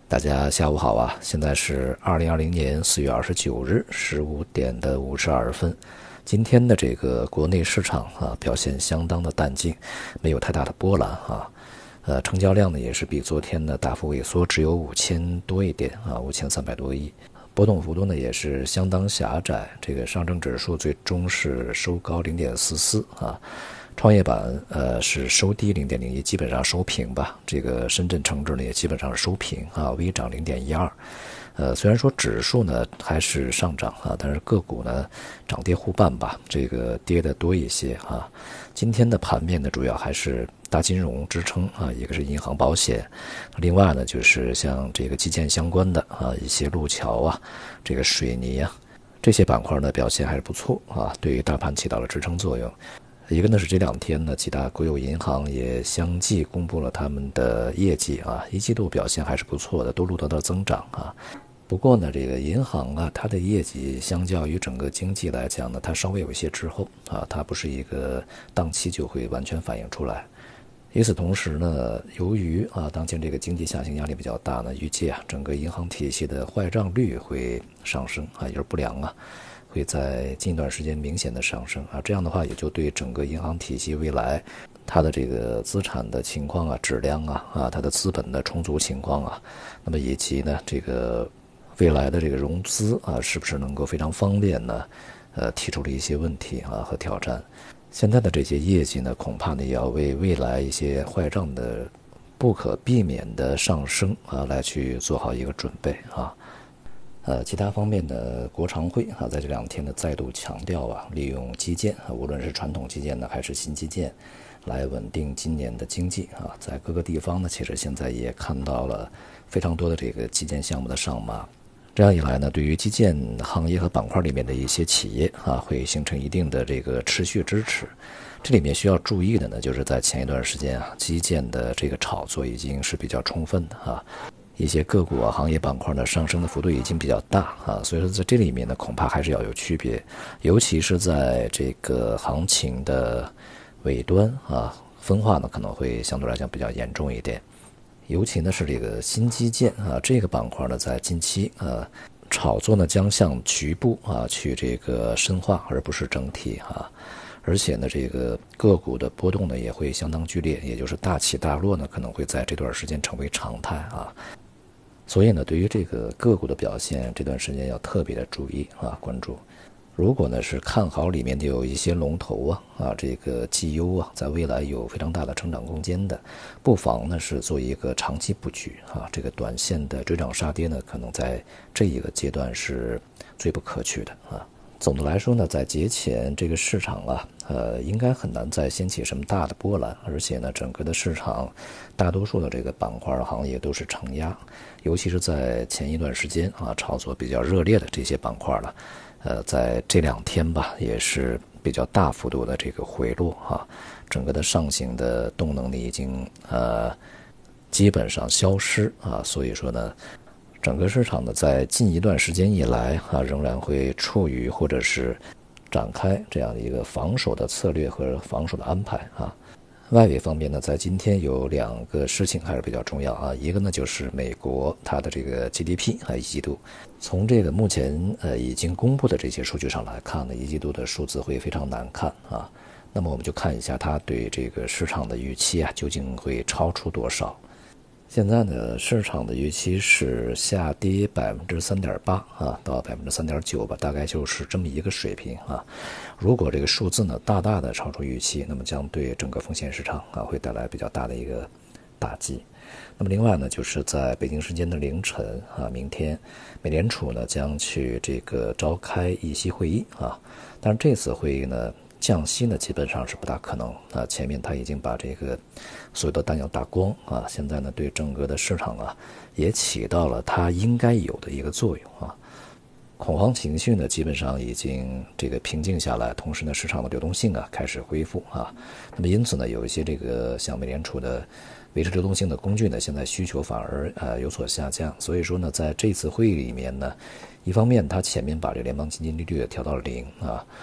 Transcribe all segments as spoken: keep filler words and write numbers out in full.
大家下午好啊！现在是二零二零年四月二十九日十五点的五十二分。今天的这个国内市场啊，表现相当的淡静，没有太大的波澜啊。呃，成交量呢也是比昨天呢大幅萎缩，只有五千多一点啊，五千三百多亿。波动幅度呢也是相当狭窄。这个上证指数最终是收高零点四四啊。创业板呃是收低零点零一，基本上收平吧。这个深圳成指呢也基本上是收平啊，微涨零点一二。呃，虽然说指数呢还是上涨啊，但是个股呢涨跌互半吧，这个跌的多一些啊。今天的盘面呢主要还是大金融支撑啊，一个是银行保险，另外呢就是像这个基建相关的啊，一些路桥啊，这个水泥啊，这些板块呢表现还是不错啊，对于大盘起到了支撑作用。一个呢是这两天呢，几大国有银行也相继公布了他们的业绩啊，一季度表现还是不错的，都录得到增长啊。不过呢，这个银行啊，它的业绩相较于整个经济来讲呢，它稍微有一些滞后啊，它不是一个档期就会完全反映出来。与此同时呢，由于啊当前这个经济下行压力比较大呢，预计啊整个银行体系的坏账率会上升啊，也就是不良啊。会在近一段时间明显的上升啊，这样的话也就对整个银行体系未来它的这个资产的情况啊、质量啊、啊它的资本的充足情况啊，那么以及呢这个未来的这个融资啊是不是能够非常方便呢？呃，提出了一些问题啊和挑战。现在的这些业绩呢，恐怕呢也要为未来一些坏账的不可避免的上升啊来去做好一个准备啊。呃，其他方面呢，国常会啊，在这两天呢再度强调啊，利用基建啊，无论是传统基建呢，还是新基建，来稳定今年的经济啊。在各个地方呢，其实现在也看到了非常多的这个基建项目的上马。这样一来呢，对于基建行业和板块里面的一些企业啊，会形成一定的这个持续支持。这里面需要注意的呢，就是在前一段时间啊，基建的这个炒作已经是比较充分的啊。一些个股啊、行业板块呢上升的幅度已经比较大啊，所以说在这里面呢，恐怕还是要有区别，尤其是在这个行情的尾端啊，分化呢可能会相对来讲比较严重一点。尤其呢是这个新基建啊，这个板块呢在近期呃炒作呢将向局部啊去这个深化，而不是整体啊。而且呢，这个个股的波动呢也会相当剧烈，也就是大起大落呢可能会在这段时间成为常态啊。所以呢，对于这个个股的表现，这段时间要特别的注意啊，关注。如果呢是看好里面的有一些龙头啊啊，这个绩优啊，在未来有非常大的成长空间的，不妨呢是做一个长期布局啊。这个短线的追涨杀跌呢，可能在这一个阶段是最不可取的啊。总的来说呢，在节前这个市场啊，呃，应该很难再掀起什么大的波澜，而且呢，整个的市场大多数的这个板块行业都是承压，尤其是在前一段时间啊，炒作比较热烈的这些板块了，呃，在这两天吧，也是比较大幅度的这个回落啊，整个的上行的动能力已经呃基本上消失啊，所以说呢。整个市场呢，在近一段时间以来啊，仍然会处于或者是展开这样的一个防守的策略和防守的安排啊。外围方面呢，在今天有两个事情还是比较重要啊，一个呢就是美国它的这个 G D P 啊一季度，从这个目前呃已经公布的这些数据上来看呢，一季度的数字会非常难看啊。那么我们就看一下它对这个市场的预期啊，究竟会超出多少。现在呢，市场的预期是下跌百分之三点八啊，到百分之三点九吧，大概就是这么一个水平啊。如果这个数字呢大大的超出预期，那么将对整个风险市场啊会带来比较大的一个打击。那么另外呢，就是在北京时间的凌晨啊，明天美联储呢将去这个召开议息会议啊，但是这次会议呢。降息呢基本上是不大可能啊，前面他已经把这个所有的弹药打光啊，现在呢对整个的市场啊也起到了它应该有的一个作用啊，恐慌情绪呢基本上已经这个平静下来，同时呢市场的流动性啊开始恢复啊，那么因此呢有一些这个像美联储的维持流动性的工具呢，现在需求反而呃有所下降，所以说呢在这次会议里面呢，一方面它前面把这个联邦基金利率调到了零啊。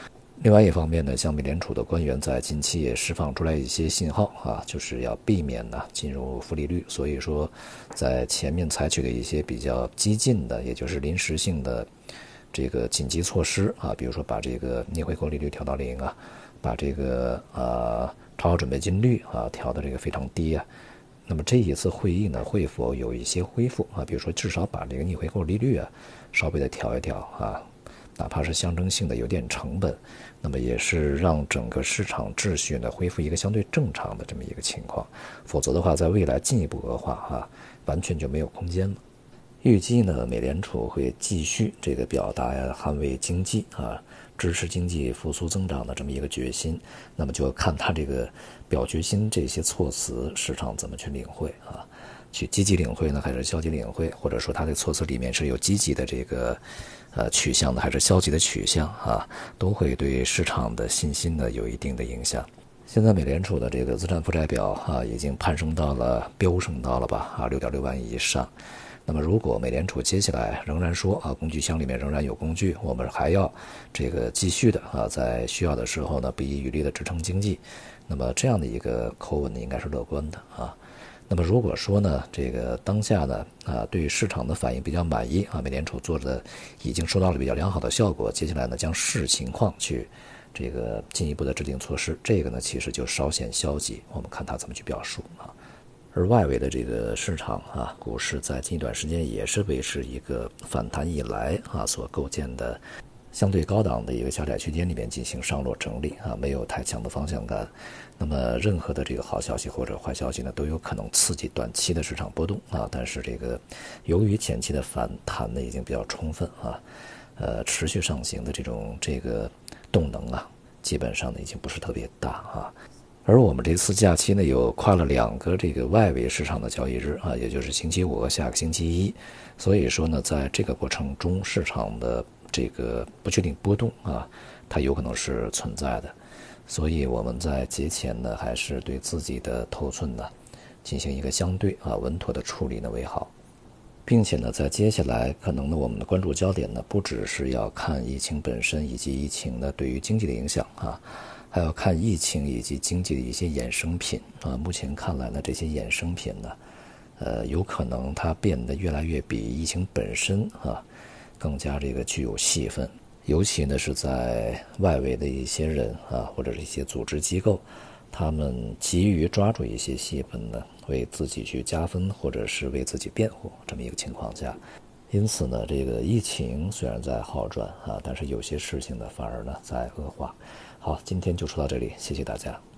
另外一方面呢，像美联储的官员在近期也释放出来一些信号啊，就是要避免呢进入负利率，所以说在前面采取的一些比较激进的，也就是临时性的这个紧急措施啊，比如说把这个逆回购利率调到零啊，把这个呃超额准备金率啊调的这个非常低啊。那么这一次会议呢，会否有一些恢复啊？比如说至少把这个逆回购利率啊稍微的调一调啊。哪怕是象征性的有点成本，那么也是让整个市场秩序呢恢复一个相对正常的这么一个情况，否则的话，在未来进一步恶化啊，完全就没有空间了。预计呢，美联储会继续这个表达呀捍卫经济啊，支持经济复苏增长的这么一个决心。那么就看他这个表决心这些措辞，市场怎么去领会啊？去积极领会呢，还是消极领会？或者说它的措辞里面是有积极的这个呃取向的，还是消极的取向啊？都会对市场的信心呢有一定的影响。现在美联储的这个资产负债表啊，已经攀升到了飙升到了吧啊六点六万亿以上。那么如果美联储接下来仍然说啊，工具箱里面仍然有工具，我们还要这个继续的啊，在需要的时候呢，不遗余力的支撑经济，那么这样的一个口吻呢，应该是乐观的啊。那么如果说呢，这个当下呢啊，对市场的反应比较满意啊，美联储做的已经收到了比较良好的效果，接下来呢将视情况去这个进一步的制定措施，这个呢其实就稍显消极，我们看他怎么去表述啊。而外围的这个市场啊，股市在近一段时间也是维持一个反弹以来啊所构建的相对高档的一个小窄区间里面进行上落整理啊，没有太强的方向感。那么任何的这个好消息或者坏消息呢，都有可能刺激短期的市场波动啊。但是这个由于前期的反弹呢已经比较充分啊，呃，持续上行的这种这个动能啊，基本上呢已经不是特别大啊。而我们这次假期呢，有跨了两个这个外围市场的交易日啊，也就是星期五和下个星期一，所以说呢，在这个过程中，市场的这个不确定波动啊，它有可能是存在的，所以我们在节前呢，还是对自己的头寸呢，进行一个相对啊稳妥的处理呢为好，并且呢，在接下来可能呢，我们的关注焦点呢，不只是要看疫情本身以及疫情呢对于经济的影响啊。还要看疫情以及经济的一些衍生品啊，目前看来呢，这些衍生品呢，呃，有可能它变得越来越比疫情本身啊更加这个具有戏份，尤其呢是在外围的一些人啊，或者是一些组织机构，他们急于抓住一些戏份呢，为自己去加分，或者是为自己辩护这么一个情况下，因此呢，这个疫情虽然在好转啊，但是有些事情呢反而呢在恶化。好，今天就说到这里，谢谢大家。